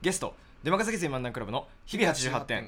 ゲスト出任せ月漫談クラブの日々88点。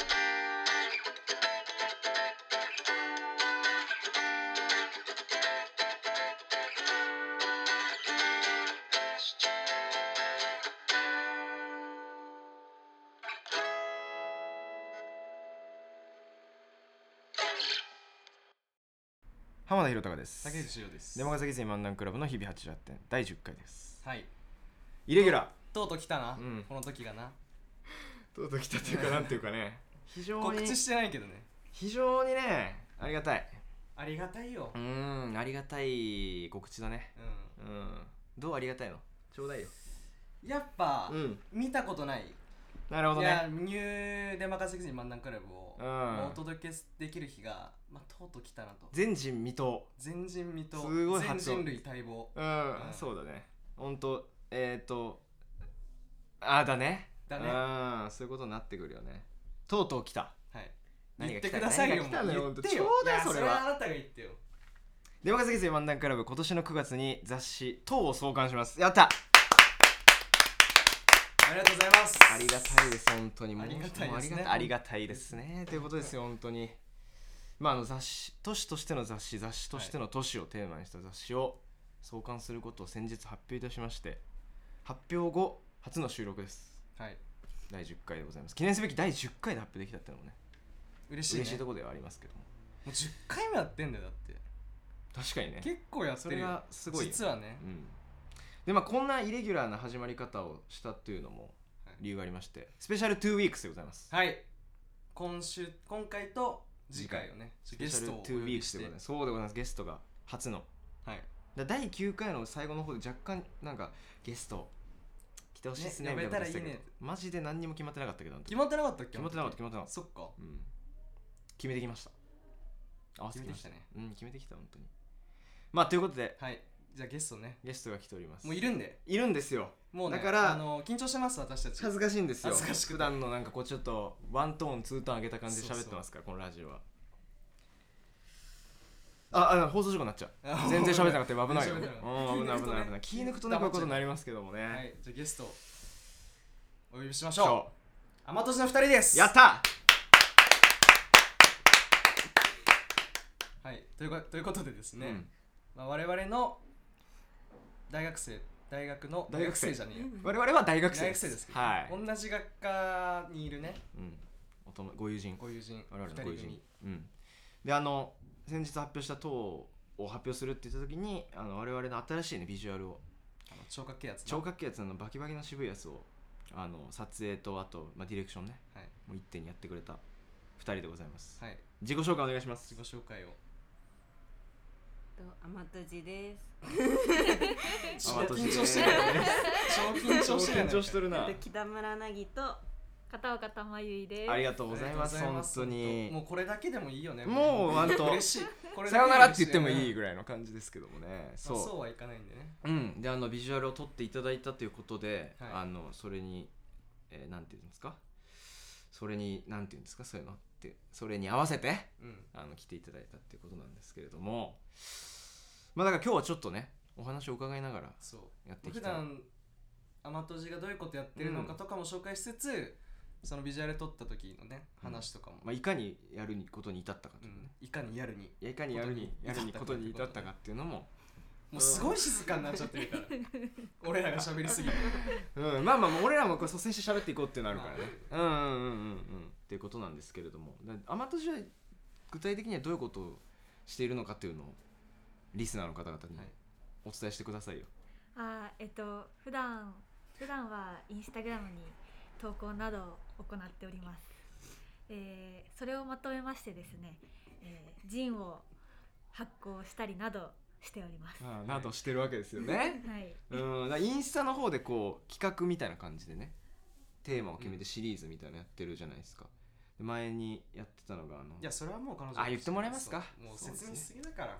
浜田博隆です。 竹内翔です。 出任せ月漫談クラブの日々88点第10回です。 はい。 イレギュラー。 とうとう来たな、この時がな。 とうとう来たっていうかなんていうかね非常に告知してないけどね。 非常にねありがたい。 ありがたいよ。 ありがたい告知だね。どうありがたいのちょうだいよ。 やっぱ、見たことない。 なるほどね。 いやニュー出任せ月漫談クラブを、お届けできる日が、とうとう来たなと。 前人未到。 前人未到。 すごい全人類待望。 そうだね。ほんとだね。 だね。 そういうことになってくるよね。とうとう来た。 はい。 何が言ってくださいよ。 言ってよ。 ちょうだいそれは。あなたが言ってよ。 出任せ月漫談クラブ今年の9月に雑誌等を創刊します。やった。 ありがとうございます。 ありがたいです本当に。 ありがたいですね。 ありがたいですね。ということですよ本当に。雑誌都市としての雑誌としての都市をテーマにした雑誌を創刊することを先日発表いたしまして、発表後初の収録です。 はい。 第10回でございます。記念すべき第10回で発表できたっていうのもね嬉しいね。 嬉しいところではありますけども。 もう10回もやってんだよだって。 確かにね。 結構やってるよ。 それがすごい、 実はね。 でこんなイレギュラーな始まり方をしたっていうのも理由がありまして、スペシャル2 weeks でございます。 はい。今回と次回をね、 ゲストを2 weeks でございます。そうでございます。ゲストが初の。 はい。 第9回の最後の方で若干なんかゲスト来てほしいですね。 呼べたらいいね。 マジで何にも決まってなかったけど。 決まってなかったっけ？ 決まってなかった。 そっか。 決めてきました。 決めてきたね。 決めてきた本当に。ということで、 はい。じゃあゲストね。 ゲストが来ております。 もういるんですよ。 もうだから緊張してます私たち。 恥ずかしいんですよ。 恥ずかしくて。 普段のなんかこうちょっとワントーンツートーン上げた感じで喋ってますからこのラジオは。放送事故になっちゃう。全然喋ってなかったよ。危ないよ。危ない。気抜くとねこういうことになりますけどもね。 はい。じゃあゲストお呼びしましょう。天年の2人です。 やった。 はい。ということでですね、我々の大学生じゃねえよ。 我々は大学生ですけど、 はい、 同じ学科にいるね、 ご友人我々 のご友人、で先日発表した党を発表するって言った時に我々の新しいねビジュアルを超かっけえやつのバキバキの渋いやつを撮影とあとディレクションね、もう一手にやってくれた2人でございます。自己紹介お願いします。 自己紹介を。 天年です。 超緊張してるな。 北村凪と片岡玉結です。 ありがとうございます。本当にもうこれだけでもいいよね。 もう本当嬉しい。 さよならって言ってもいいぐらいの感じですけどもね。 そうはいかないんでね。 でビジュアルを撮っていただいたということで、それになんていうんですか。それになんていうんですかそういうのってそれに合わせて来ていただいたっていうことなんですけれども。だから今日はちょっとねお話を伺いながらやっていきたい。 普段天年がどういうことやってるのかとかも紹介しつつ、そのビジュアル撮った時のね話とかも、 いかにやることに至ったかというね、 いかにやることに至ったかっていうのももうすごい静かになっちゃってるから俺らが喋りすぎて俺らもこれ率先して喋っていこうっていうのあるからね。っていうことなんですけれども、天年は具体的にはどういうことをしているのかっていうのをリスナーの方々にお伝えしてくださいよ。 普段はインスタグラムに投稿などを行っております。それをまとめましてですね、ジンを発行したりなどしております。 などしてるわけですよね。インスタの方でこう企画みたいな感じでねテーマを決めてシリーズみたいなのやってるじゃないですか。前にやってたのがいやそれはもう彼女言ってもらえますか。 もう説明しすぎだから。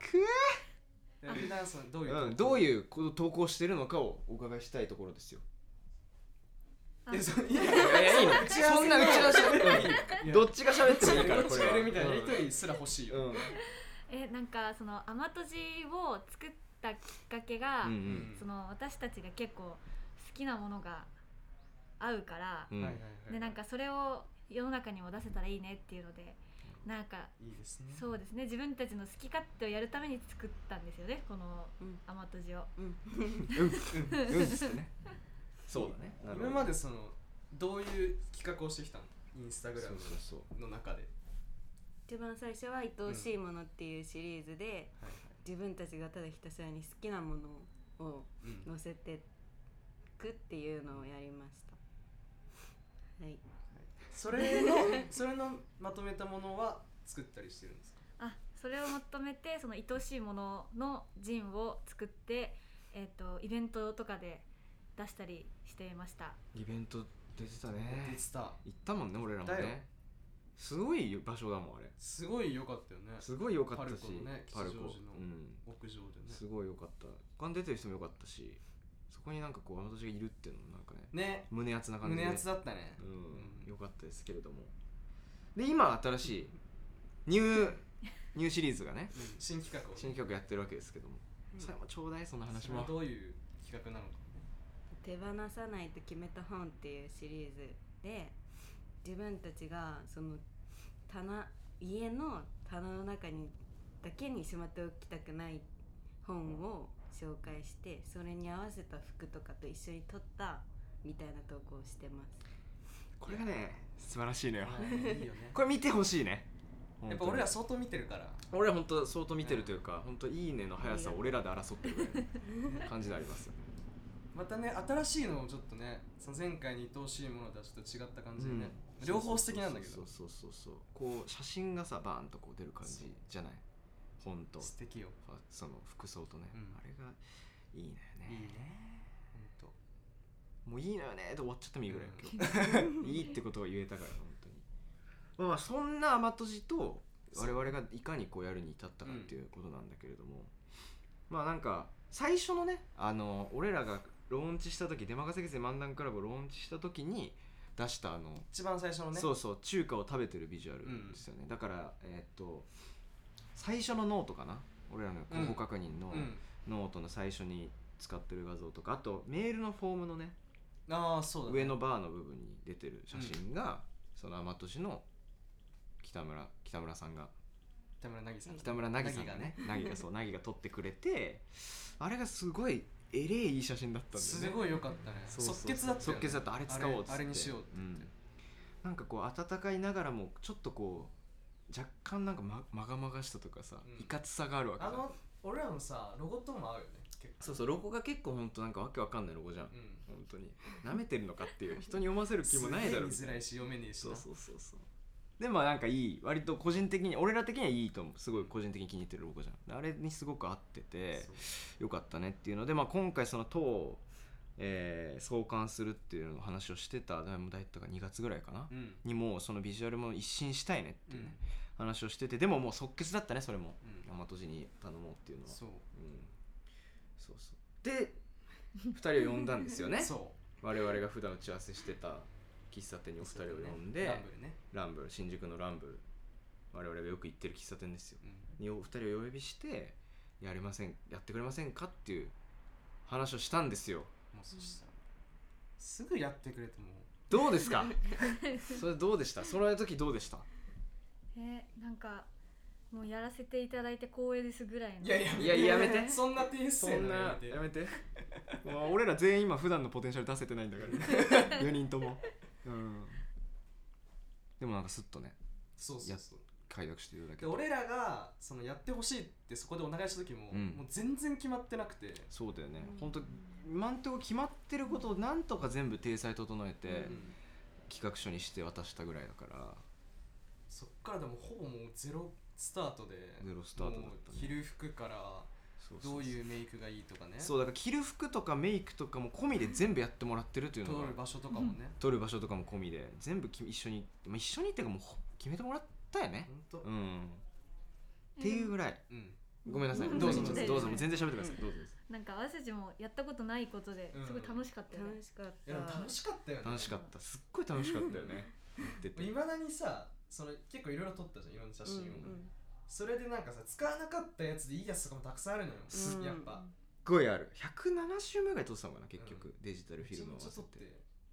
どういうこと投稿してるのかをお伺いしたいところですよ。 いいの。 そんな打ち出しどっちが喋ってもいいからこれは。 みたいなやりとりすら欲しいよ。 なんかその天年を作ったきっかけが、その私たちが結構好きなものがあ合うから、 うんはいはいはい。 でなんかそれを世の中にも出せたらいいねっていうので、なんかいいですね。 そうですね、自分たちの好き勝手をやるために作ったんですよね、このうんアマトジを。 うんですね。そうだね。なるほど今までそのどういう企画をしてきたの？インスタグラムそうそうの中で。 一番最初は愛おしいものっていうシリーズで、 はいはい。 自分たちがただひたすらに好きなものをうん。 載せてくっていうのをやりましたはい。 それのまとめたものは作ったりしてるんですか？ あ、それをまとめてその愛おしいもののジンを作って、イベントとかで出したりしていました。 イベント出てた出ね。 てた。 行ったもんね俺らも行ったよね。すごい場所だもんあれ。 すごい良かったよね。 すごい良かったし、 パルコのね、吉祥寺のうん、 屋上でね。 すごい良かった。他に出てる人も良かったし、そこになんかこう私がいるっていうのもなんかね、 ね、 胸熱な感じで、 胸熱だったね。 うん、良かったですけれども。で今新しいニューシリーズがね、 新企画を。 新企画やってるわけですけども、それもちょうだいその話も。 それはどういう企画なのか。 手放さないと決めた本っていうシリーズで、自分たちがその家の棚の中にだけにしまっておきたくない本を紹介して、それに合わせた服とかと一緒に撮ったみたいな投稿をしてます。 これがね素晴らしいのよ。 いいよね。 これ見てほしいね。 やっぱ俺ら相当見てるから。 俺は本当相当見てるというか、本当いいねの速さを俺らで争ってるぐらいの感じであります。 またね、新しいのをちょっとね、その前回に愛おしいものとはちょっと違った感じでね、両方素敵なんだけど。 そうこう写真がさバーンとこう出る感じじゃない。本と素敵よ。 その服装とね、あれがいいのよね。 いいね。本もういいのよねで終わっちゃってもいいぐらい、今日いいってことを言えたから本当に。まあそんなアマトジと我々がいかにこうやるに至ったかっていうことなんだけれども、まあなんか最初のね俺らがローンチした時、出任せ月漫談クラブをローンチした時に出した一番最初のね。 そうそう中華を食べてるビジュアルですよね、だから最初のノートかな、俺らの候補確認のノートの最初に使ってる画像とか、あとメールのフォームのね、 そうだね、 上のバーの部分に出てる写真が、そのアマトジの北村さんが北村凪さんがね凪が撮ってくれて、あれがすごいエレいい写真だったんだよね。 すごい良かったね。即決だったよね。 即決だった。あれ使おうっつって、 あれにしようって、 なんかこう温かいながらもちょっとこう若干なんかまがまがしさとかさ、いかつさがあるわけじゃん。 俺らのさロゴとも合うよね。 そうロゴが結構ほんとなんかわけわかんないロゴじゃん、本当に舐めてるのかっていう、人に読ませる気もないだろう。 すげえ見づらいし読めねえしな。 そうでもなんかいい、割と個人的に俺ら的にはいいと思う。すごい個人的に気に入ってるロゴじゃん。あれにすごく合っててよかったねっていうので、まあ、今回その党を、創刊するっていうの話をしてた、だいたい2月ぐらいかな、にもそのビジュアルも一新したいねっていう、ね話をしてて、でももう即決だったねそれも、大和路に頼もうっていうのは。そうで2人を呼んだんですよね。我々が普段打ち合わせしてた喫茶店にお二人を呼んで、ランブル、新宿のランブル、我々がよく行ってる喫茶店ですよ、にお二人をお呼びしてやってくれませんかっていう話をしたんですよ。 もうそしたらすぐやってくれてもどうですかそれどうでした、その時どうでした？ なんかもうやらせていただいて光栄ですぐらいの。 いややめてそんな点数やめてもう俺ら全員今普段のポテンシャル出せてないんだからね4人とも、でもなんかスッとね快諾していただけて、 俺らがそのやってほしいってそこでお願いした時も、もう全然決まってなくて。 そうだよね、本当今んとこ決まってることをなんとか全部体裁整えて、企画書にして渡したぐらいだから、 そっからでもほぼもうゼロスタートで、着る服からどういうメイクがいいとかね、 そうだから着る服とかメイクとかも込みで全部やってもらってるというのが、 撮る場所とかもね、 撮る場所とかも込みで全部一緒にっていうかもう決めてもらったよね。っていうぐらい、ごめんなさい、どうぞ全然喋ってください。どうぞ。 なんか私たちもやったことないことですごい楽しかったよね。 楽しかったよね。 楽しかった、すっごい楽しかったよね。 いまだにさ、その結構いろいろ撮ったじゃん、いろんな写真を、それでなんかさ、使わなかったやつでいいやつとかもたくさんあるのよ、やっぱすっごいある。170枚ぐらい撮ってたのかな結局、デジタルフィルムを合わせて。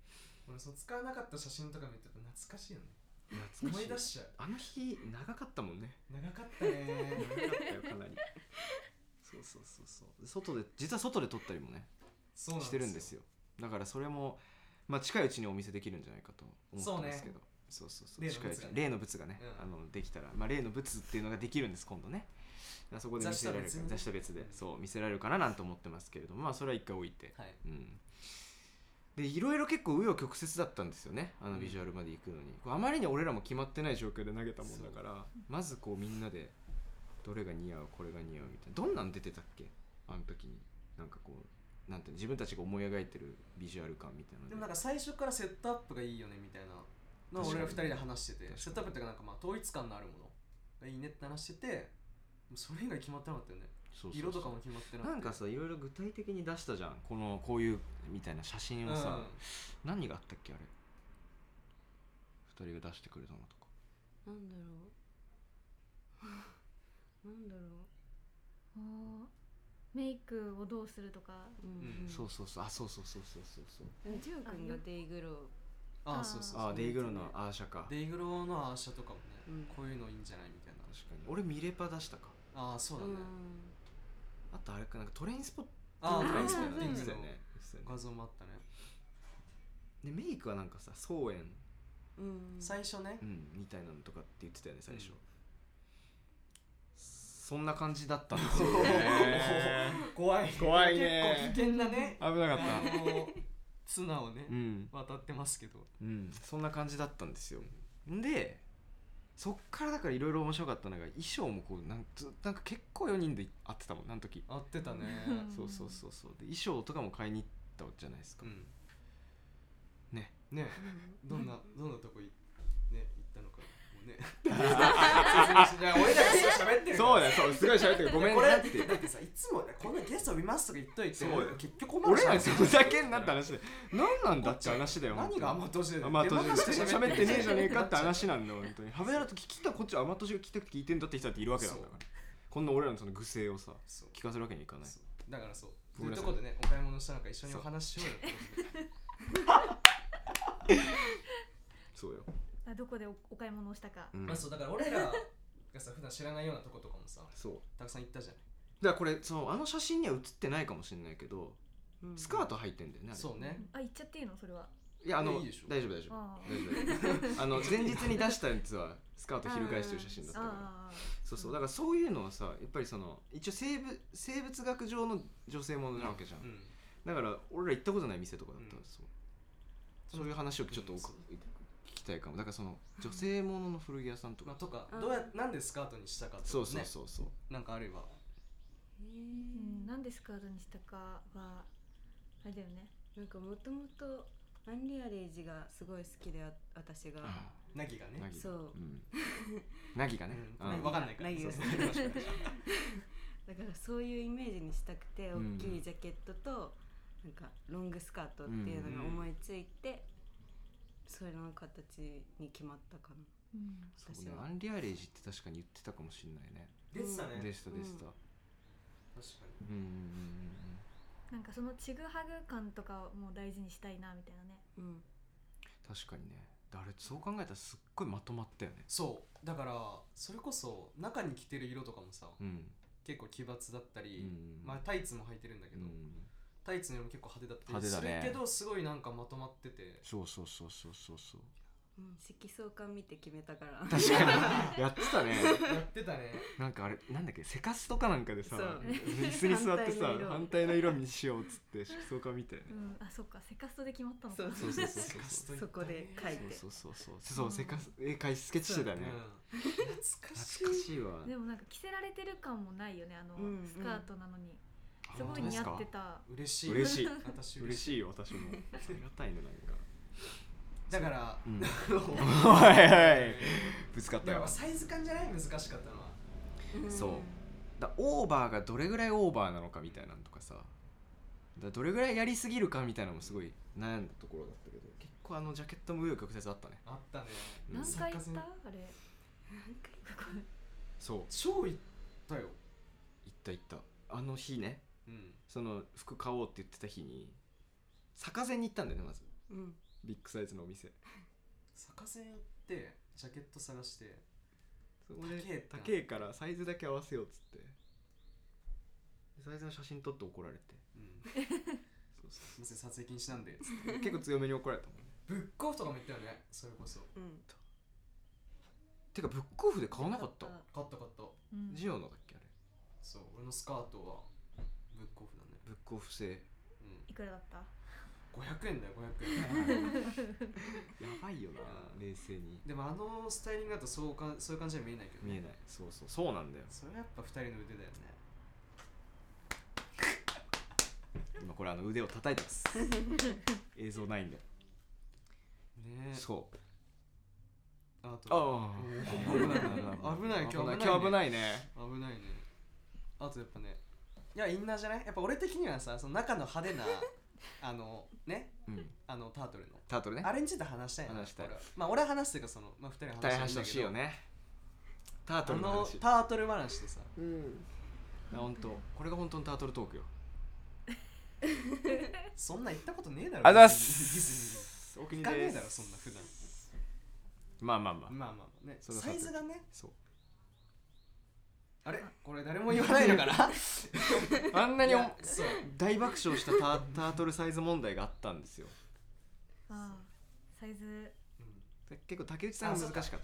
俺その使わなかった写真とか見てると懐かしいよね。 懐かしい。 思い出しちゃう。 あの日長かったもんね。 長かったね。 長かったよかなり。そう外で実は外で撮ったりもねそうなんですよしてるんですよ。だからそれもまあ近いうちにお見せできるんじゃないかと思ってますけど。そう近いうちに例の物がね、できたら、まあ例の物っていうのができるんです今度ね。そこで見せられるから雑誌と別でそう見せられるかななんて思ってますけれども、まあそれは一回置いて、でいろいろ結構紆余曲折だったんですよね、あのビジュアルまで行くのに、あまりに俺らも決まってない状況で投げたもんだから、まずこうみんなでどれが似合うこれが似合うみたいな、どんなん出てたっけあの時に、なんかこうなんて自分たちが思い描いてるビジュアル感みたいな。 でもなんか最初からセットアップがいいよねみたいなのを俺ら2人で話してて、セットアップっていうかなんかまあ統一感のあるものがいいねって話してて、それ以外決まってなかったよね。色とかも決まってなくて、 なんかさいろいろ具体的に出したじゃん、こういうみたいな写真をさ、何があったっけあれ、2人が出してくれたのとか。 なんだろうなんだろう、メイクをどうするとか、 そうジュン君がデイグロー、デイグロのアーシャか、 デイグロのアーシャとかもね、こういうのいいんじゃないみたいな。 確かに俺ミレパ出したか。 そうだね。 あとあれかなんかトレインスポットみたいなの画像もあったね。 でメイクはなんかさ総園最初ね、 みたいなのとかって言ってたよね最初。そんな感じだったんですよね。 怖いね。 結構危険なね。 危なかった。 綱をね、渡ってますけど。 そんな感じだったんですよ。で、そっからだからいろいろ面白かったのが衣装もこうなんか結構4人で会ってたもん、あの時。 会ってたね。 そうで衣装とかも買いに行ったじゃないですか。ね。 どんなとこ行ったのか。ね、じゃあ俺らが喋ってるそうだよ、そうすごい喋ってる、ごめんねってだってさ、いつもこんなゲスト見ますとか言っといて、結局俺らそれだけになった話で何なんだって話だよ。 何が甘としで喋ってねえじゃねえかって話なんだよ本当に。ハベラと聞きたこっちは甘としが聞きたくて聞いてんだって人だっているわけなんだから、こんな俺らのその愚痴をさ聞かせるわけにいかない。 だからそうというところでね、お買い物したのか一緒にお話ししようよってそうよ。 どこでお買い物をしたか。 そうだから俺らがさ普段知らないようなとことかもさ、たくさん行ったじゃない。 だからこれあの写真には写ってないかもしれないけど、スカート履いてんだよね。 そうね。 行っちゃっていいのそれは。 いや大丈夫前日に出したやつはスカート翻してる写真だったから。そうだからそういうのはさ、やっぱり一応生物学上の女性ものなわけじゃん。だから俺ら行ったことない店とかだったらそういう話をちょっと聞きたいかも。だから女性ものの古着屋さんとかなんでスカートにしたかとかね。 そうなんかあればなんでスカートにしたかはあれだよね。 なんかもともとアンリアレイジがすごい好きで、私がナギがね、 そうナギがね、 分かんないから、 だからそういうイメージにしたくて、大きいジャケットとなんかロングスカートっていうのが思いついて、それの形に決まったかな。 そうね、アンリアレイジって確かに言ってたかもしれないね。 でしたね。 でした確かに。 なんかそのちぐはぐ感とかをもう大事にしたいなみたいなね。 確かにね。あれそう考えたらすっごいまとまったよね。 そうだからそれこそ中に着てる色とかもさ、結構奇抜だったり、まあタイツも履いてるんだけど、タイツの色も結構派手だったりするけど、すごいなんかまとまってて。 そう色相関見て決めたから。 確かにやってたね。なんかあれなんだっけ、セカスとかなんかでさ、椅子に座ってさ反対の色にしようっつって色相関見て。 そっか、セカストで決まったのか。 そこで書いて。 そうセカススケッチしてたね。懐かしいわ。 でもなんか着せられてる感もないよね、スカートなのに。すごい似合ってた。 嬉しいよ私も。ありがたいねなんか。 だからぶつかったよ。 サイズ感じゃない、難しかったのは。 そうだ、オーバーがどれぐらいオーバーなのかみたいなのとかさ、どれぐらいやりすぎるかみたいなのもすごい悩んだところだったけど、結構ジャケットも紆余曲折あったね。 あったね。 何回行ったあれ。 そう超行ったよ。 行ったあの日ね、その服買おうって言ってた日に坂膳に行ったんだよねまず。 ビッグサイズのお店。 逆線行ってジャケット探して、 そこで高えからサイズだけ合わせようっつって、サイズの写真撮って怒られて、 そうすいません撮影禁止なんでっつって結構強めに怒られたもんね。 ブックオフとかも言ったよね、それこそ。 てかブックオフで買わなかった？ 買った、 ジオのだっけあれ。 そう、俺のスカートはブックオフだね。 ブックオフ製。 いくらだった？ 500円だよ、500円。 やばいよな、冷静に。 でもスタイリングだとそういう感じは見えないけどね。 見えない。そうなんだよ。 それはやっぱ2人の腕だよね。 今これ腕を叩いてます映像ないんでね。 そう。 危ない今日危ないね。 あとやっぱね、いやインナーじゃない？やっぱ俺的にはさ、その中の派手なね、タートルね、あれについて話したいな。まあ俺は話すというか、その2人は話したいんだけど、 大話してほしいよね。タートルの話。 タートル話でさ、 本当これが本当のタートルトークよ。 そんな言ったことねえだろ。 あざっす。 お国でねえだろそんな普段。 まあね。サイズがね。 そう。 あれこれ誰も言わないのかなあんなに大爆笑したタートルサイズ問題があったんですよ。 サイズ、 結構竹内さんが難しかった。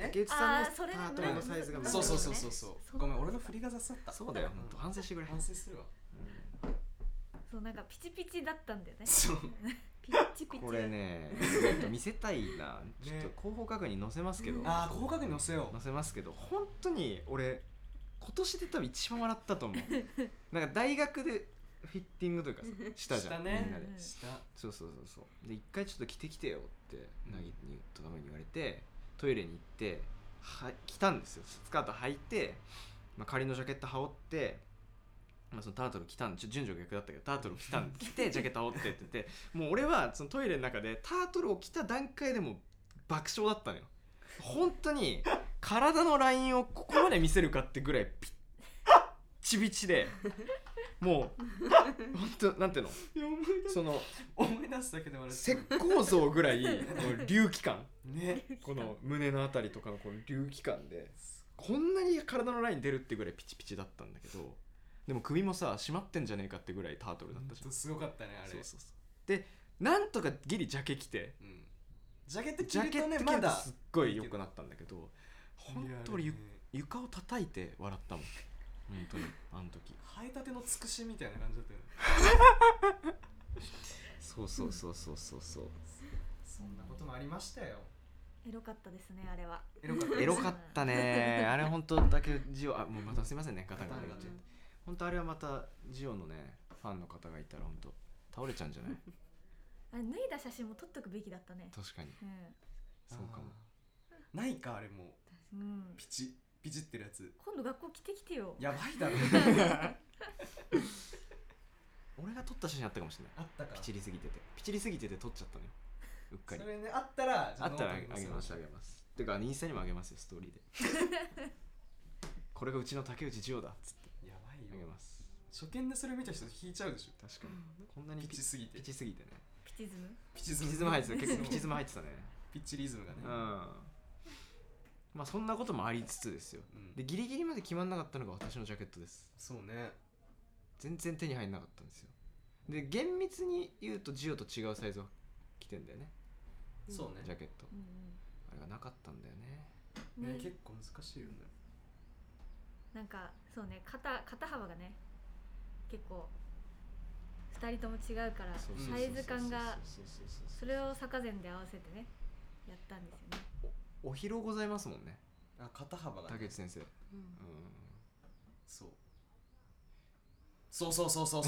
竹内さんのタートルのサイズが難しかった。 そうごめん、俺の振りが雑だった。 そうだよ、ほんと反省してくれ。 反省するわ。 そう、なんかピチピチだったんだよね。 そうピチピチ。 これね見せたいな。ちょっと広報確認載せますけど。 広報確認載せよう。 載せますけど、本当に俺今年で多分一番笑ったと思う。なんか大学でフィッティングというかしたじゃん、みんなで。そうで一回ちょっと着てきてよってなぎにとかも言われて、トイレに行って着たんですよ。スカート履いて、仮のジャケット羽織って、そのタートル着たんで、順序が逆だったけどタートル着てジャケット羽織ってって言って、もう俺はそのトイレの中でタートルを着た段階でもう爆笑だったのよ。本当に体のラインをここまで見せるかってぐらいピッチビチで、もう本当なんていうの、その思い出すだけで笑っ石膏像ぐらい隆起感ね、 この胸のあたりとかのこの隆起感でこんなに体のライン出るってぐらいピチピチだったんだけど、でも首もさ締まってんじゃねえかってぐらいタートルだったじゃん。 すごかったねあれ。 そうでなんとかギリジャケ着て、 ジャケット着るとね、まだすっごい良くなったんだけど、本当に床を叩いて笑ったもん。本当にあの時生えたてのつくしみたいな感じだったよね。 そうそんなこともありましたよ。 エロかったですね、あれは。 エロかったねあれ本当だけジオ、もうまたすいませんね、ガタガタ言っちゃって。本当あれはまたジオのねファンの方がいたら本当倒れちゃうんじゃないあれ脱いだ写真も撮っとくべきだったね。 確かに、そうかも。 ないかあれも、ピチってるやつ。 今度学校着てきてよ。 やばいだろ俺が撮った写真あったかもしれない。 あったか。 ピチりすぎてて撮っちゃったのよ、うっかり。 それね、あったらあげますてかインスタにもあげますよ、ストーリーでこれがうちの竹内ジオだっつって。 やばいよ、 あげます。 初見でそれ見た人引いちゃうでしょ。 確かに、こんなにピチすぎてね。 ピチズム入ってた。結構ピチズム入ってたね。 ピッチリズムがね。 まあそんなこともありつつですよ。でギリギリまで決まんなかったのが私のジャケットです。 そうね。 全然手に入んなかったんですよ。で厳密に言うとジオと違うサイズを着てんだよね。 そうね。 ジャケット。あれがなかったんだよね。 結構難しいよね。 なんかそうね、肩幅がね結構2人とも違うから、サイズ感がそれを坂前で合わせてねやったんですよね。 お披露ございますもんね。 肩幅がね。 竹内先生。 そう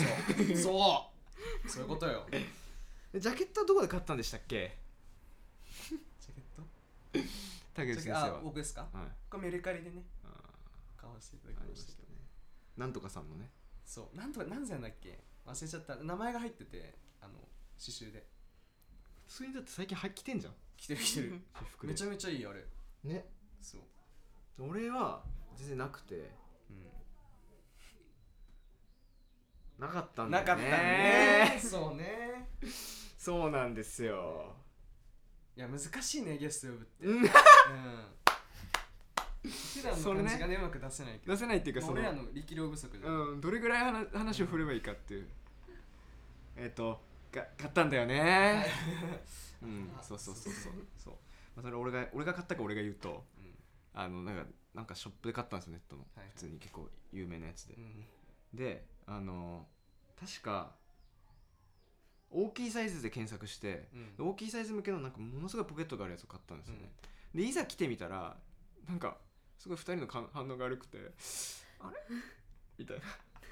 そういうことよ。 ジャケットはどこで買ったんでしたっけ？ ジャケット？ 竹内先生は。 僕ですか？これメルカリでね買わせていただきましたけどね。 なんとかさんのね。 そう、なんとか何歳だっけ忘れちゃった。名前が入ってて、刺繍で。 普通にだって最近着てんじゃん。 着てるめちゃめちゃいいあれね。 そう俺は全然なくて、なかったんだよね。 そうね。 そうなんですよ。 いや難しいねゲスト呼ぶってうん普段の感じがねうまく出せないけど、 出せないっていうか、その俺らの力量不足じゃん、 どれぐらい話を振ればいいかっていう、買ったんだよねそう、まあ、それ俺が買ったか俺が言うと、なんかショップで買ったんですよ、ネットの、普通に結構有名なやつで、で確か大きいサイズで検索して、大きいサイズ向けのなんかものすごいポケットがあるやつを買ったんですよね、でいざ来てみたらなんかすごい2人の反応が悪くてあれみたいな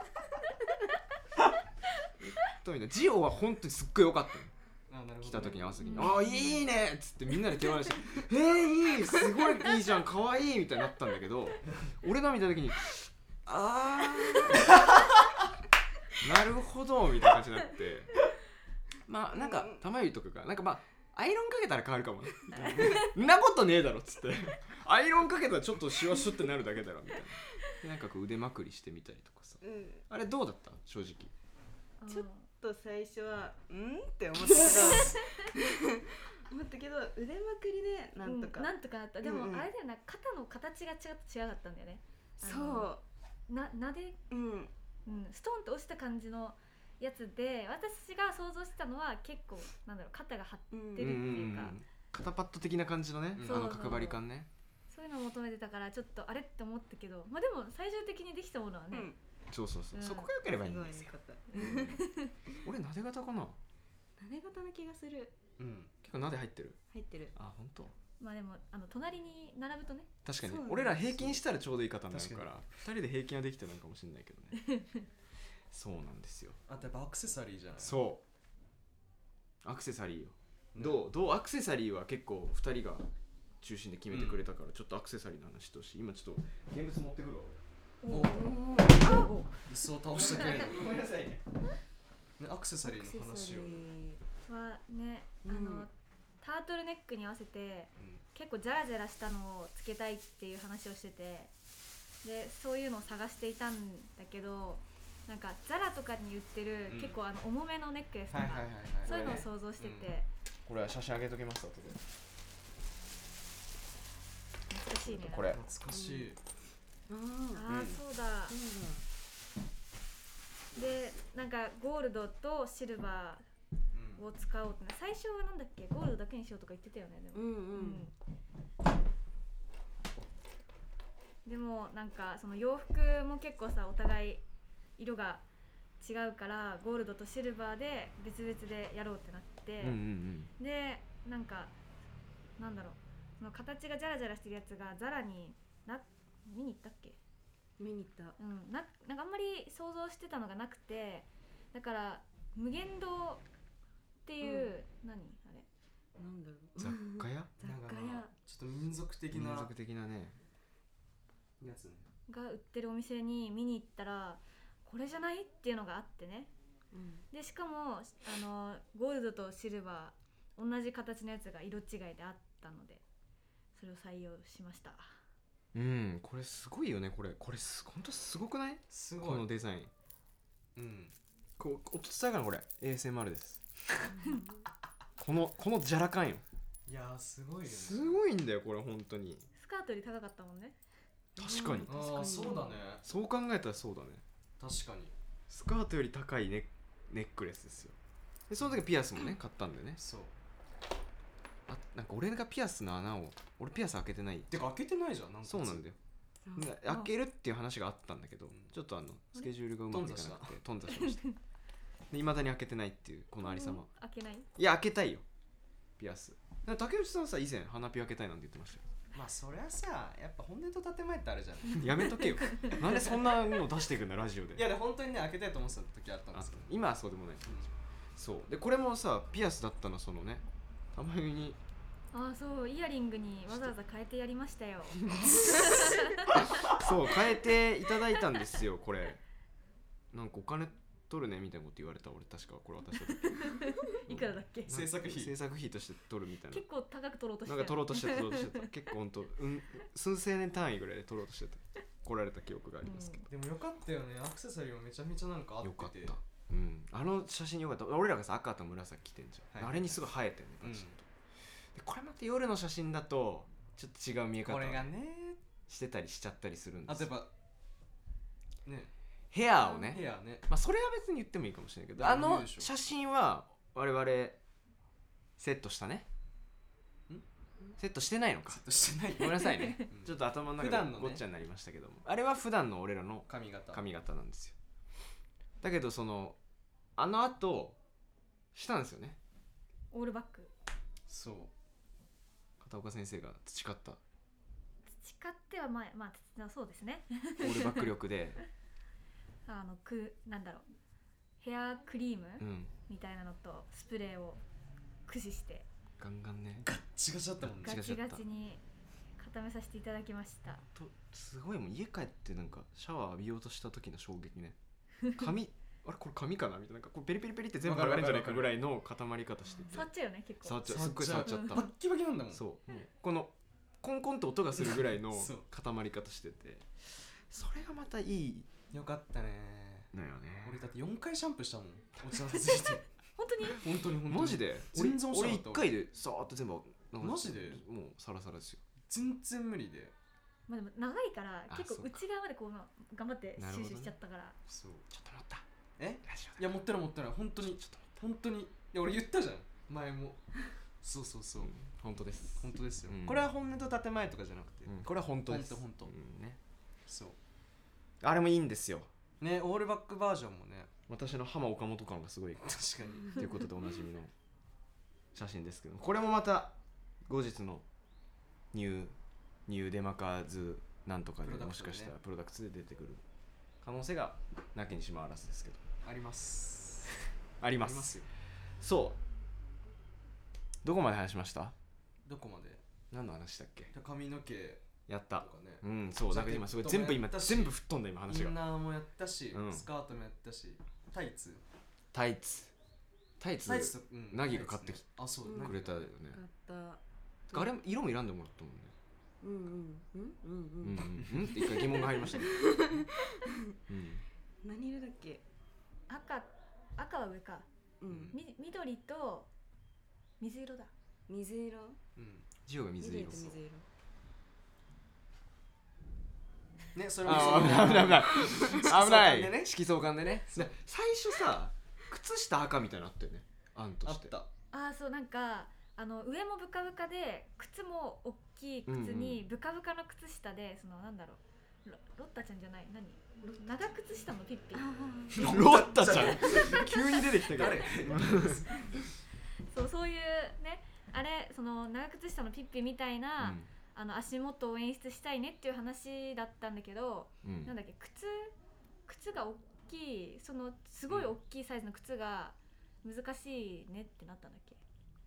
ジオは本当にすっごい良かったの、来た時に合わせにいいねっつってみんなで手渡していいすごいいいじゃんかわいいみたいになったんだけど俺が見た時になるほどみたいな感じになってまあなんか玉指とかがなんかまあアイロンかけたら変わるかもねんなことねえだろっつってアイロンかけたらちょっとシワシュってなるだけだろみたいなでなんかこう腕まくりしてみたりとかさ、あれどうだった正直ちょっと最初はって思ったけど腕まくりでなんとかなったでもあれだよな、肩の形が違かったんだよね。 そうなでストンと落ちた感じのやつで、私が想像してたのは結構なんだろう肩が張ってるっていうか、 肩パッド的な感じのね、角張り感ね、 そういうのを求めてたからちょっとあれって思ったけど、まあでも最終的にできたものはね、 そう、そこが良ければいいんですよ。俺なで型かな、 なで型な気がする。 結構なで入ってるあ、本当。 まあでも隣に並ぶとね、 確かに俺ら平均したらちょうどいい方になるから2人で平均はできてないかもしれないけどねそうなんですよ。 あとやっぱアクセサリーじゃない。 そうアクセサリーよ、どうアクセサリーは結構2人が中心で決めてくれたから、ちょっとアクセサリーの話してほしい。今ちょっと現物持ってくるわ椅子を倒したけどごめんなさいね。 アクセサリーの話をはね、タートルネックに合わせて、結構ジャラジャラしたのをつけたいっていう話をしてて、でそういうのを探していたんだけど、なんかザラとかに売ってる、結構重めのネックレスとか、そういうのを想像してて、 これは写真あげときます後で。 懐かしいね。 これ懐かしい。 そうだ。でなんかゴールドとシルバーを使おうって、最初はなんだっけ、ゴールドだけにしようとか言ってたよね。でもなんかその洋服も結構さ、お互い色が違うからゴールドとシルバーで別々でやろうってなって、でなんかなんだろう、その形がジャラジャラしてるやつがザラに見に行ったっけ。 見に行った。 なんかあんまり想像してたのがなくて、だから無限堂っていう、何あれなんだろう、 雑貨屋ちょっと民族的なねやつねが売ってるお店に見に行ったら、これじゃないっていうのがあってね、でしかもゴールドとシルバー同じ形のやつが色違いであったので、それを採用しました。 これすごいよね。これほんとすごくない？ すごい、 このデザイン。こう音伝えかな、これ ASMR ですこのジャラ感よ。 いやすごいよね。 すごいんだよこれ本当に。 スカートより高かったもんね。 確かに。 そうだね。 そう考えたらそうだね。 確かにスカートより高いネックレスですよ。でその時ピアスもね買ったんでね。 そう。 なんか俺がピアスの穴を、俺ピアス開けてない。 てか開けてないじゃん。なんかそうなんだよ。開けるっていう話があったんだけど、ちょっとスケジュールがうまくいかなくて頓挫しましたで未だに開けてないっていうこのありさま。 開けない？ いや開けたいよピアス。竹内さんさ、以前花ピ開けたいなんて言ってましたよ。 まあそりゃさ、やっぱ本音と建前ってあるじゃんやめとけよなんでそんなの出していくんだラジオで。 いやで本当にね開けたいと思ってた時あったんですけど、 今はそうでもない、そうでこれもさピアスだったの、そのねたまにそうイヤリングにわざわざ変えてやりましたよそう変えていただいたんですよ。これなんかお金取るねみたいなこと言われた。俺確かこれ渡した時いくらだっけ。 制作費として取るみたいな。 結構高く取ろうとしてた。 なんか取ろうとしてた結構ほんと、数千年単位ぐらいで取ろうとしてた来られた記憶がありますけど、 でもよかったよね。アクセサリーもめちゃめちゃなんかあってて、 よかった。 うん、あの写真よかった。俺らがさ赤と紫着てんじゃん、はい、あれにすごい映えてんね、バチッと、でこれまた夜の写真だとちょっと違う見え方これがねしてたりしちゃったりするんですよ。 あとやっぱねヘアをね、 ヘアね、 まあそれは別に言ってもいいかもしれないけど、あの写真は我々セットしたね。セットしてないのか。 セットしてない。 ごめんなさいね。ちょっと頭の中でごっちゃになりましたけども、あれは普段の俺らの髪型なんですよ。だけどあの後したんですよね。 オールバック。 そう。 片岡先生が培ったってはまあそうですね。 オールバック力でなんだろう、ヘアクリーム、みたいなのとスプレーを駆使してガンガンね、 ガッチガチだったもんね。 ガチガチに固めさせていただきました。 すごいもん、家帰ってなんかシャワー浴びようとした時の衝撃ね。髪あれこれ髪かなみたいな、なんかこうペリペリペリって全部剥がれるんじゃないかぐらいの固まり方してて、 触っちゃうよね結構。 触っちゃう、すっごい触っちゃった。 バッキバキなんだもん。 そう、このコンコンと音がするぐらいの固まり方してて、それがまたいい。 よかったね。 だよね。 俺だって4回シャンプーしたもん。落ちなさすぎて。本当にマジで。俺1回でさーっと全部マジでもうサラサラですよ。 全然無理で。 まあでも長いから結構内側までこう頑張って収集しちゃったから。 そう。ちょっと持った。 いや持ってない本当に本当に。いや俺言ったじゃん前も。そう本当ですよ。これは本音と建前とかじゃなくて、 これは本当です。 本当ね。 そう。 あれもいいんですよ。 ね、オールバックバージョンもね。 私の浜岡本感がすごい。 確かに。 ということでおなじみの写真ですけど、これもまた後日のニューデマカズなんとかでもしかしたらプロダクツで出てくる可能性がなきにしもあらずですけど。 あります。 ありますよ。そう。どこまで話しました？ どこまで？ 何の話だっけ？ 髪の毛やった。そうだから今すごい全部吹っ飛んだ今話が。 インナーもやったし、スカートもやったし、タイツナギが買ってきてくれたよね。あれ色も選んでもらったもんね。って一回疑問が入りましたね。 何色だっけ？ 赤は上か。緑と水色だ。 水色？ ジオが水色。 ね、それも危ない。色相関でね。最初さ、靴下赤みたいなのあったよね。案として。 そうなんか上もブカブカで靴も大きい靴にブカブカの靴下でなんだろう、ロッタちゃんじゃない、長靴下のピッピ。 ロッタちゃん。急に出てきたから。 そういうね、あれ長靴下のピッピみたいな、足元を演出したいねっていう話だったんだけど、なんだっけ、靴が大きい、すごい大きいサイズの靴が難しいねってなったんだっけ。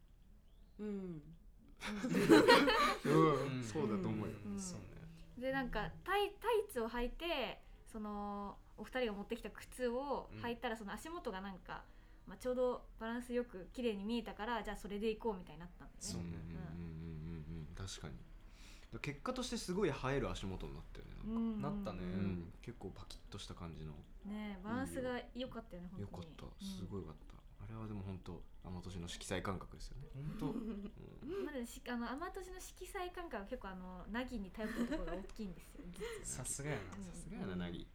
そうだと思うよ。 でなんかタイツを履いてお二人が持ってきた靴を履いたら足元がなんか、ちょうどバランスよく綺麗に見えたから、じゃあそれでいこうみたいになったんだよね。 確かに。結果としてすごい映える足元になったよね。 なったね。 結構パキッとした感じの。 ね、バランスが良かったよね。 良かった。すごい良かった。あれはでも本当天年の色彩感覚ですよね。 本当。 まだ天年の色彩感覚は結構ナギに頼ったところが大きいんですよ。 さすがやな。 ナギ。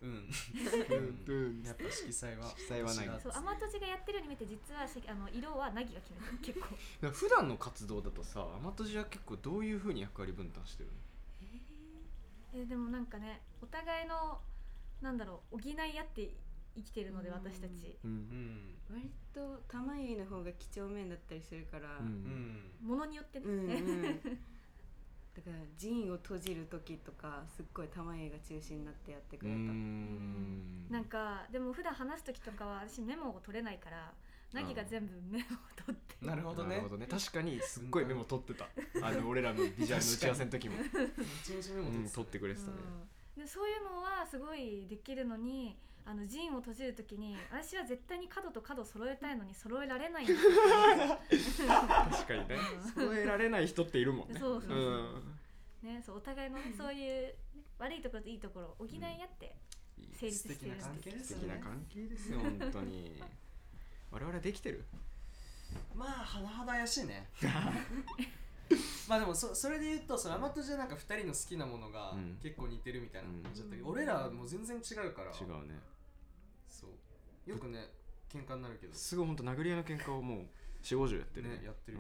やっぱ色彩はナギ。 そう、天年がやってるように見て、実は色はナギが決めてる。結構。 普段の活動だとさ、天年は結構どういう風に役割分担してるの？でもなんかね、お互いのなんだろう、補い合って生きてるので、私たち。 割と玉結の方が几帳面だったりするから、 ものによってね。 だから陣を閉じる時とかすっごい玉結が中心になってやってくれた。 なんかでも普段話す時とかは私メモを取れないから、ナギが全部メモを取って。 なるほどね。 確かにすっごいメモ取ってた。俺らのビジュアルの打ち合わせの時も取ってくれてたね。 でそういうのはすごいできるのに、陣を閉じるときに私は絶対に角と角揃えたいのに揃えられないんですよ。 確かにね。揃えられない人っているもんね。 ね、そう、お互いのそういう悪いところといいところを補い合って成立してるんです素敵な関係ですよ本当に我々はできてるまあ甚だ怪しいねまあでもそれで言うとアマトジはなんか2人の好きなものが結構似てるみたいな感じだったけど、俺らはもう全然違うから違うねそうよくね喧嘩になるけどすごいほんと殴り合いの喧嘩をもう4、50やってるねやってる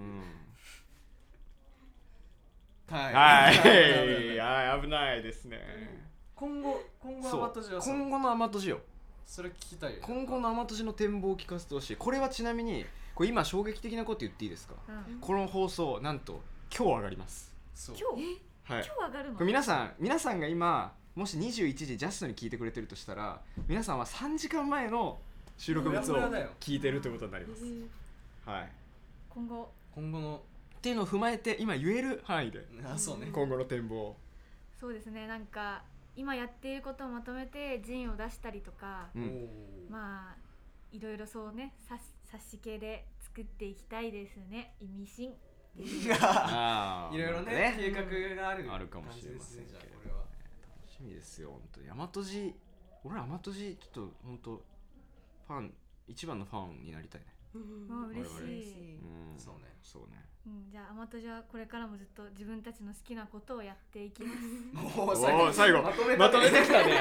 けど、はい危ないですね今後アマトジは今後のアマトジよそれ聞きたいよ今後のアマトジの展望を聞かせてほしいこれはちなみにこれ今衝撃的なこと言っていいですか、この放送なんと今日上がります今日、 はい、 今日上がるのこれ皆さんが今もし21時ジャストに聞いてくれてるとしたら皆さんは3時間前の収録物を聞いてるということになります、はい、 今後のっていうのを踏まえて今言える範囲でそうね、 今後の展望そうですねなんか今やっていることをまとめてジンを出したりとか、まあいろいろそうね冊子系で作っていきたいですね意味深いろいろね計画があるかもしれませんけど、楽しみですよ本当にアマトジ俺アマトジちょっと本当一番のファンになりたいね嬉しい、 そうね、 じゃあアマトジはこれからもずっと自分たちの好きなことをやっていきます最後まとめてきたね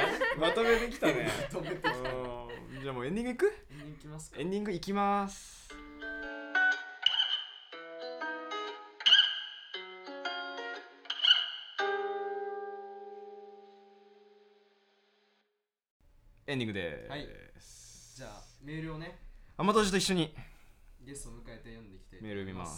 じゃあもうエンディングいく？ エンディングいきますか？ エンディングいきます。エンディングでーす。 じゃあメールをねアマトジと一緒にゲストを迎えて読んでいきたいと思います。 メール読みます。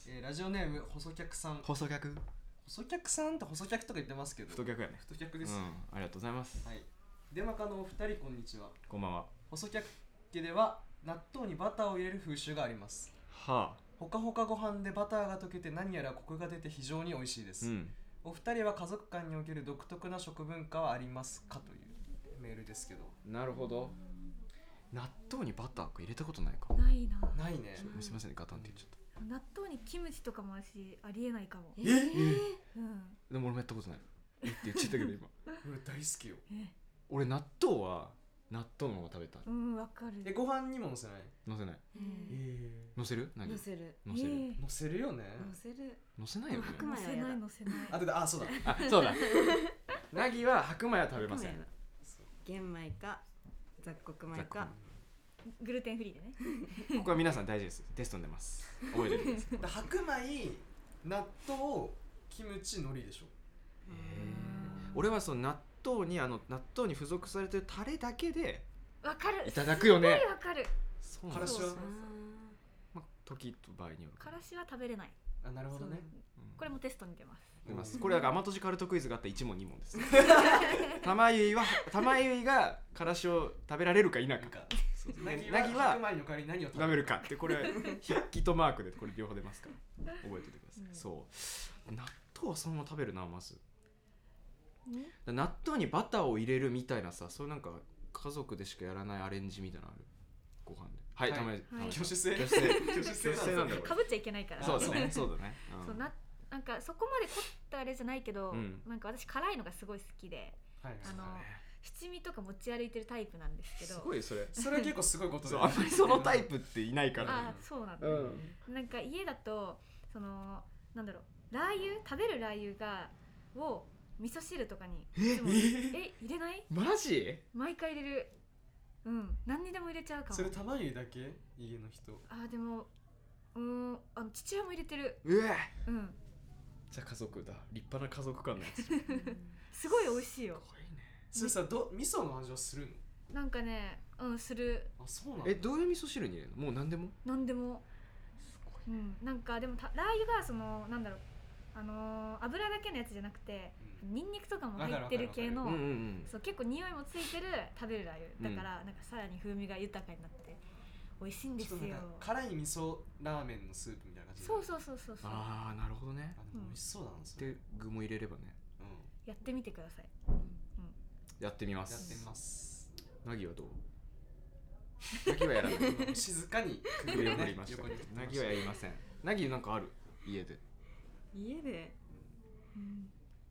ラジオネーム細客さん。 細客さんって細客とか言ってますけど太客やね。 太客です、 ありがとうございます。 はい。デマカのお二人こんにちは。 こんばんは。 細客家では納豆にバターを入れる風習があります。 はあ。 ほかほかご飯でバターが溶けて何やらコクが出て非常に美味しいです、お二人は家族間における独特な食文化はありますかというメールですけど。 なるほど。納豆にバター入れたことないか。 ないね。 すみませんねガタンって言っちゃった。 納豆にキムチとかもあるしありえないかも。 でも俺もやったことないって言っちゃったけど今俺大好きよ。 俺納豆は納豆のまま食べた。 わかる。 ご飯にも乗せない？ 乗せない。乗せる？何？ 乗せる。 乗せるよね。 乗せないよね。 白米はやだ。そうだ。 そうだ。ナギは白米は食べません。 玄米か雑穀米かグルテンフリーでね。 ここは皆さん大事です。テストに出ます。覚えてください。 白米、納豆、キムチ、海苔でしょ。 俺はその納豆に付属されてるタレだけでわかる。 いただくよね。 すごいわかる。 からしは時と場合による。 からしは食べれない。 なるほどね。 これもテストに出ます。 これはアマトジカルトクイズがあった1問2問です。玉ゆいがからしを食べられるか否か。 ナギは白米の代わり何を食べるかってこれ筆記とマークでこれ両方出ますから覚えておいてください。そう納豆はそのまま食べるなまず。納豆にバターを入れるみたいなさ、そういうなんか家族でしかやらないアレンジみたいなのあるご飯で。はい、 挙手制なんだこれ。 かぶっちゃいけないから。 そうだね。 なんかそこまで凝ったあれじゃないけど、なんか私辛いのがすごい好きで、七味とか持ち歩いてるタイプなんですけど。 すごいそれ結構すごいことだよ。 あんまりそのタイプっていないから。 あ、そうなんだ。なんか家だとなんだろう、ラー油食べるラー油を味噌汁とかに入れない？ マジ？ 毎回入れる。何にでも入れちゃうかも。 それ玉ゆいだけ？家の人。 でも父親も入れてる。 じゃあ家族だ。立派な家族感のやつ。 すごい美味しいよ。 それさ、味噌の味はするの？ なんかね、する。 あ、そうなんだ。 どういう味噌汁に入れるの？もう何でも？ 何でも。 すごい。 なんかでもラー油がなんだろう、油だけのやつじゃなくて、ニンニクとかも入ってる系の、結構匂いもついてる食べるラー油だから、なんかさらに風味が豊かになって美味しいんですよ。 辛い味噌ラーメンのスープみたいな感じ。 そう。 ああ、なるほどね。 美味しそうだな。 で具も入れればね。 やってみてください。 やってみます。ナギはどう？ナギはやらない。 静かに首を振りました。ナギはやりません。ナギなんかある？家で。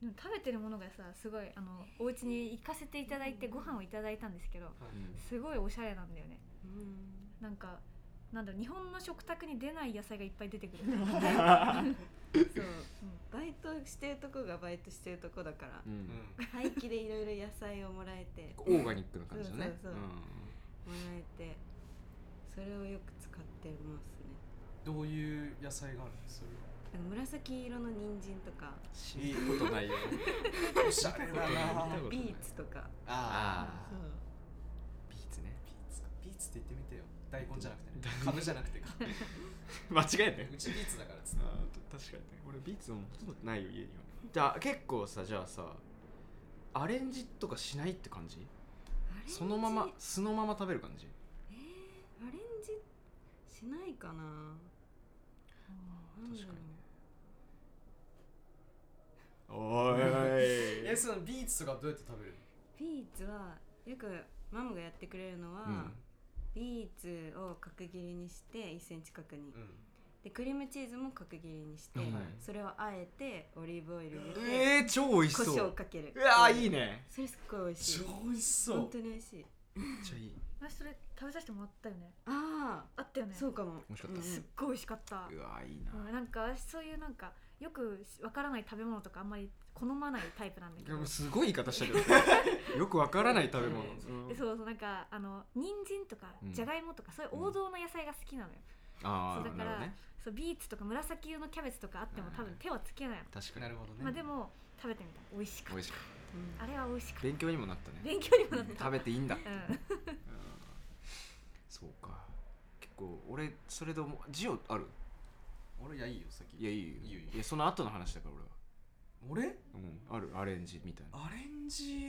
でも食べてるものがさすごいお家に行かせていただいてご飯をいただいたんですけど、すごいおしゃれなんだよね。なんかなんだろう、日本の食卓に出ない野菜がいっぱい出てくるそう、 バイトしてるとこがバイトしてるとこだから、廃棄でいろいろ野菜をもらえてオーガニックな感じだね。 そう、もらえてそれをよく使ってますね。 どういう野菜があるんですか？ 紫色の人参とか。 いいことないよおしゃれだな。 ビーツとか。 そう、ビーツね。 ビーツって言ってみてよ。大根じゃなくてね、株じゃなくてか間違えて、 うちビーツだからっつって。 確かにね、俺ビーツもほとんどないよ家には。じゃあ結構さ、じゃあさアレンジとかしないって感じ？そのまま素のまま食べる感じ？ アレンジしないかな。 確かにね。おいそのビーツとかどうやって食べるの？ ビーツはよくママがやってくれるのは、ビーツを角切りにして1センチ角に、でクリームチーズも角切りにして、それをあえてオリーブオイル入れて、 超美味しそう。 胡椒をかける。 うわーいいね。 それすっごい美味しい。 超美味しそう。 本当に美味しい。 めっちゃいい。 私それ食べさせてもらったよね。 あったよね。 そうかも。 美味しかった。 すっごい美味しかった。 うわーいいな。 なんか私そういうなんかよくわからない食べ物とかあんまり好まないタイプなんだけど。 すごい言い方したけどよくわからない食べ物。 そうなんか人参とかじゃがいもとかそういう王道の野菜が好きなのよ。そうだからそうビーツとか紫色のキャベツとかあっても多分手はつけないの。 確かに。 なるほどね。 まあでも食べてみた。美味しかった。あれは美味しかった。 勉強にもなったね。 勉強にもなった。 食べていいんだ。そうか。結構俺それでジオある？ 俺いやいいよ先。 いやいいよ。いやその後の話だから俺は。 俺？あるアレンジみたいな。 アレン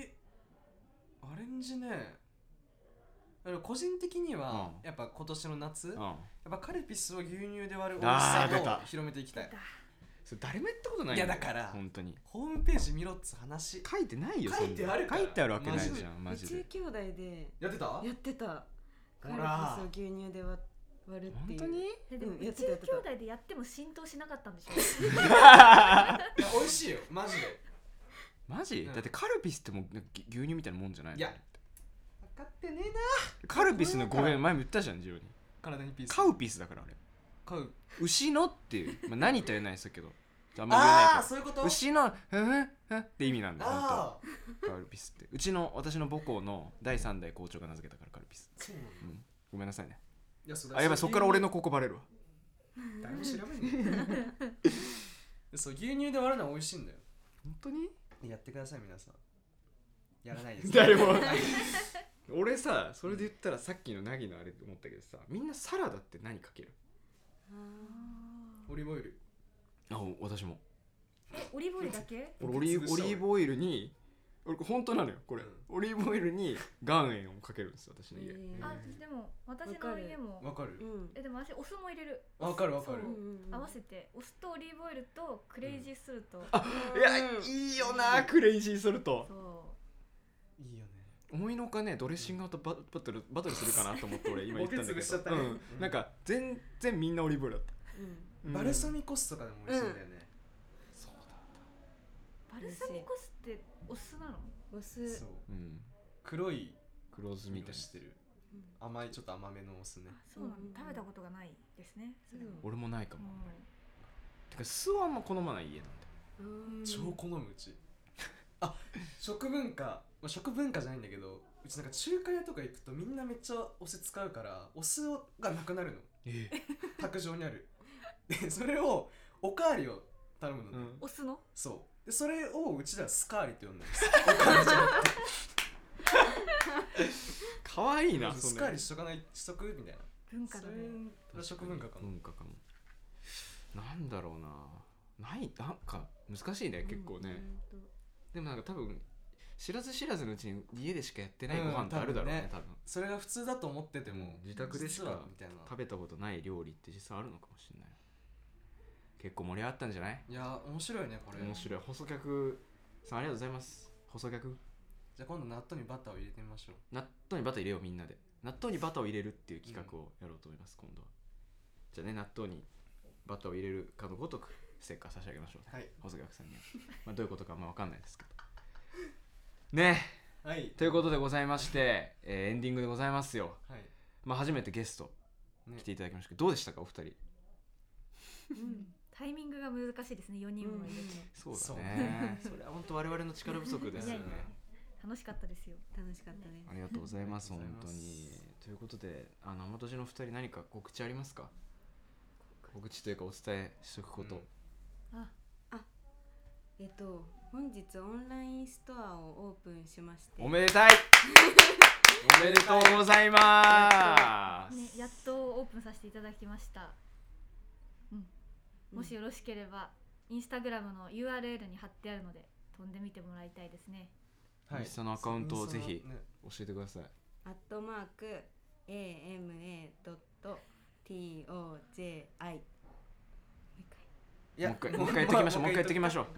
ジね。個人的にはやっぱ今年の夏、やっぱカルピスを牛乳で割る美味しさを広めていきたい。 それ誰もやったことない。 いやだから本当にホームページ見ろっつ話。 書いてないよ。 書いてあるから。 書いてあるわけないじゃんマジで。 宇宙兄弟でやってた。 カルピスを牛乳で割るっていう。 本当に？ でも宇宙兄弟でやっても浸透しなかったんでしょ。 美味しいよマジで。 マジ？だってカルピスってもう牛乳みたいなもんじゃないの？ いや分かってねえな。 カルピスの語源前も言ったじゃんジオに。 体にピース。 カウピスだからあれ。 カウ。 牛のっていう、何とは言えないですけど。 あんま言えないから。そういうこと？ 牛のって意味なんだよ本当。カルピスって私の母校の第3代校長が名付けたからカルピス。ごめんなさいね。やばいそっから俺の高校バレるわ。 誰も調べねえ。そう牛乳で割るのは美味しいんだよ。 本当に？ やってください皆さん。やらないです。 誰も。俺さそれで言ったらさっきのナギのあれ思ったけどさ、みんなサラダって何かける？ オリーブオイル。 私も。 オリーブオイルだけ？ オリーブオイルに本当なのよこれ、オリーブオイルに岩塩をかけるんです私の家。 でも私の家もわかる。 でも私お酢も入れる。 わかる。 合わせてお酢とオリーブオイルとクレイジーソルト。 いやいいよなクレイジーソルト。 いいよね。 思いのほかねドレッシングとバトルするかなと思って俺今言ったんだけどなんか全然みんなオリーブオイルだった。 バルサミコ酢とかでも美味しいんだよね。 そうだバルサミコ酢ってお酢なの？ お酢。 そう。黒酢みたいにしてる。甘いちょっと甘めのお酢ね。 そうなの。食べたことがないですね。 俺もないかも。てか酢はあんま好まない家なんだよ。 超好むうち。食文化じゃないんだけど、うちなんか中華屋とか行くとみんなめっちゃお酢使うからお酢がなくなるの。卓上にある。でそれをおかわりを頼むのね。 お酢の？ そう。でそれをうちではスカーリって呼んでるんです。おかわりじゃなくて。 かわいいな。 スカーリしとくみたいな。 文化だね。 食文化かも。 なんだろうな。なんか難しいね結構ね。でもなんか多分知らず知らずのうちに家でしかやってないご飯ってあるだろうね多分。 それが普通だと思ってても自宅でしか食べたことない料理って実際あるのかもしれない。結構盛り上がったんじゃない？ いや面白いねこれ。 面白い。細客さんありがとうございます。細客。 じゃあ今度納豆にバターを入れてみましょう。 納豆にバター入れようみんなで。納豆にバターを入れるっていう企画をやろうと思います、今度は。じゃあね納豆にバターを入れるかのごとくステッカー差し上げましょうね、 はい、 細木さんにはまあどういうことか分かんないですけどね、 はい、 ということでございまして、エンディングでございますよ、 はい、 まあ、初めてゲスト来ていただきましたけど、どうでしたかお二人。 タイミングが難しいですね、4人もいると、そうだねそれは本当我々の力不足ですよね。 楽しかったですよ。 楽しかったです。 ありがとうございます本当に。ということでアマトジの2人何か告知ありますか？告知というかお伝えしとくこと、 本日オンラインストアをオープンしまして、 おめでたいおめでとうございます、 ね、やっとオープンさせていただきました、もしよろしければインスタグラムの URL に貼ってあるので飛んでみてもらいたいですね。 はい、インスタのアカウントをぜひ教えてください。 @ama.toji。 もう一回言ってきましょう。もう一回言ってきましょう。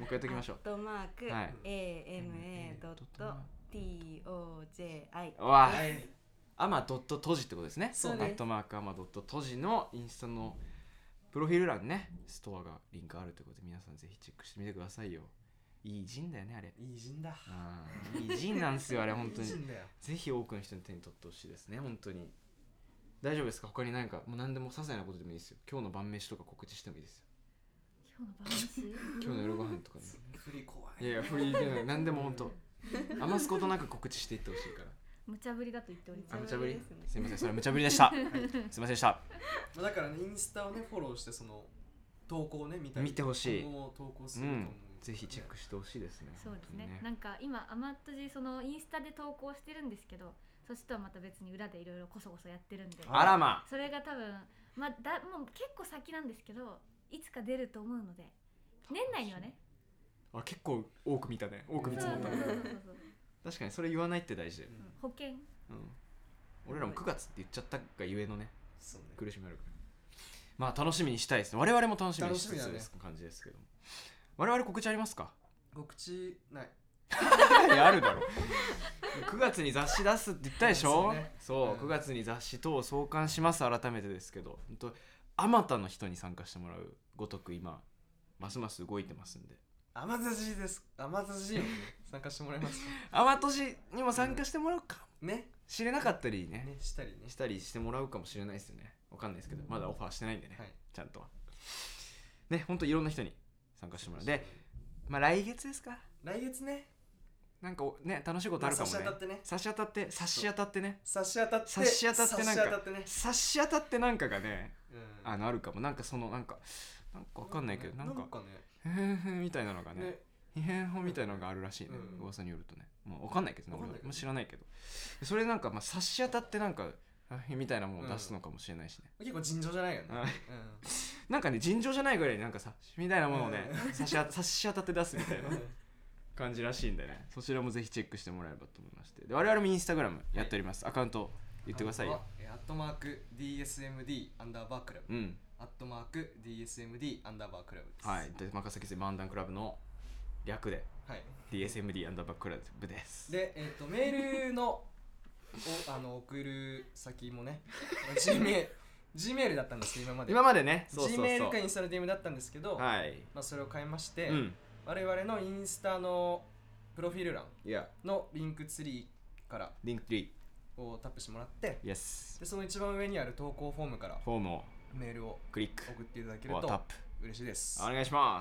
@ama.toji。 わあ、アマドットトジってことですね。 そうです。 アマドットトジのインスタのプロフィール欄にね、ストアがリンクあるということで皆さんぜひチェックしてみてくださいよ。いいジンだよねあれ。 いいジンだ。 いいジンなんですよあれ本当に。 いいジンだよ。 ぜひ多くの人に手に取ってほしいですね本当に。大丈夫ですか？他に何かもう何でも些細なことでもいいですよ。今日の晩飯とか告知してもいいですよ。 今日の晩飯？ 今日の夜ご飯とかね。 フリ怖い。 いやフリーで何でも本当余すことなく告知していってほしいから。 無茶ぶりだと言っております。 無茶ぶり？すいませんそれは無茶ぶりでした。すいませんでした。 だからねインスタをねフォローしてその投稿をね見てほしい。投稿すると思う。 ぜひチェックしてほしいですね。 そうですね。なんか今アマットジそのインスタで投稿してるんですけど、そっちとはまた別に裏でいろいろこそこそやってるんで。 あらま。 それが多分もう結構先なんですけど、いつか出ると思うので、年内にはね。 あ結構多く見たね。多く見積もったね。確かにそれ言わないって大事だよ。 保険。 俺らも9月って言っちゃったがゆえのね。苦しみあるから。まあ楽しみにしたいですね。我々も楽しみにしたいです感じですけど。我々告知ありますか？ 告知ないあるだろ9月に雑誌出すって言ったでしょ。そう、9月に雑誌等を創刊します。改めてですけどあまたの人に参加してもらうごとく今ますます動いてますんで。 あまたじです。あまたじに参加してもらいます。 あまとじにも参加してもらうかね知れなかったりねしたりしてもらうかもしれないですよね。わかんないですけどまだオファーしてないんでね、ちゃんとはね、ほんといろんな人に参加してもらう。で、まあ来月ですか。 来月ね。 なんかね楽しいことあるかもね。差し当たってなんかがね、あるかも。なんかそのなんかわかんないけどなんかみたいなのがね、みたいなのがあるらしいね。噂によるとね。もうわかんないけどね。俺も知らないけど。それなんか差し当たってなんかみたいなものを出すのかもしれないしね。 結構尋常じゃないよね。 なんかね尋常じゃないぐらいなんかさみたいなものをね差し当たって出すみたいな感じらしいんでね。そちらもぜひチェックしてもらえればと思いまして。で我々もインスタグラムやっております。アカウント言ってくださいよ。 @DSMD_クラブ。@DSMD_クラブです。 はい。でマカサキセバンダンクラブの略で DSMD_クラブです。 でメールの送る先もねGmail だったんですけど今までね。Gmail かインスタの DM だったんですけど、それを変えまして、我々のインスタのプロフィール欄のリンクツリーからをタップしてもらって、でその一番上にある投稿フォームからメールを送っていただけると嬉しいです。 お願いします。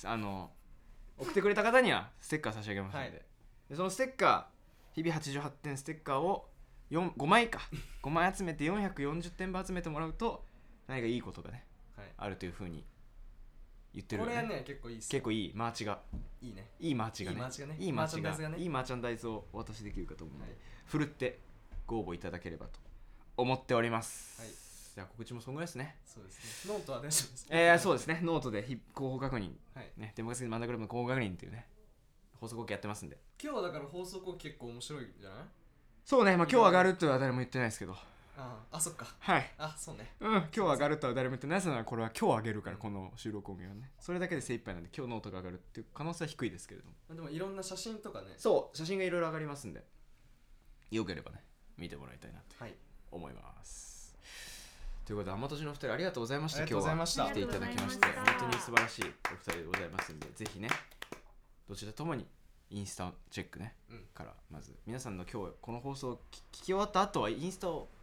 送ってくれた方にはステッカー差し上げますので、でそのステッカー日々88点ステッカーを5枚集めて440点分集めてもらうと何かいいことがね、あるというふうに言ってるよね。 これはね結構いいっす。 結構いいマーチがいいマーチがねいいマーチャンダイズをお渡しできるかと思うので、ふるってご応募いただければと思っております。じゃあ告知もそんぐらいですね。 そうですね。ノートは大丈夫ですか？そうですね。ノートで広報確認ね、デモカスマンダクラブの広報確認っていうね放送後期やってますんで。 今日はだから放送後期結構面白いんじゃない？ そうね。まあ今日上がるっては誰も言ってないですけど。 そっか。 はい。 そうね。 今日上がるとは誰も言ってない。なぜならこれは今日上げるから、この収録音源はね。それだけで精一杯なんで今日ノートが上がるっていう可能性は低いですけれども。 でもいろんな写真とかね。 そう写真がいろいろ上がりますんで、よければね見てもらいたいなと思います。とということで天年のお二人ありがとうございました。 今日は来ていただきまして本当に素晴らしいお二人でございますんで、ぜひねどちらともにインスタチェックね、からまず皆さんの今日この放送を聞き終わった後はインスタを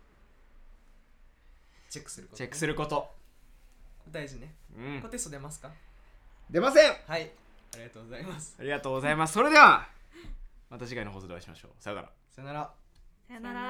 チェックすること、 チェックすること大事ね。これテスト出ますか？ 出ません。 はい、ありがとうございます。 ありがとうございます。それではまた次回の放送でお会いしましょう。さよなら。 さよなら。 さよなら。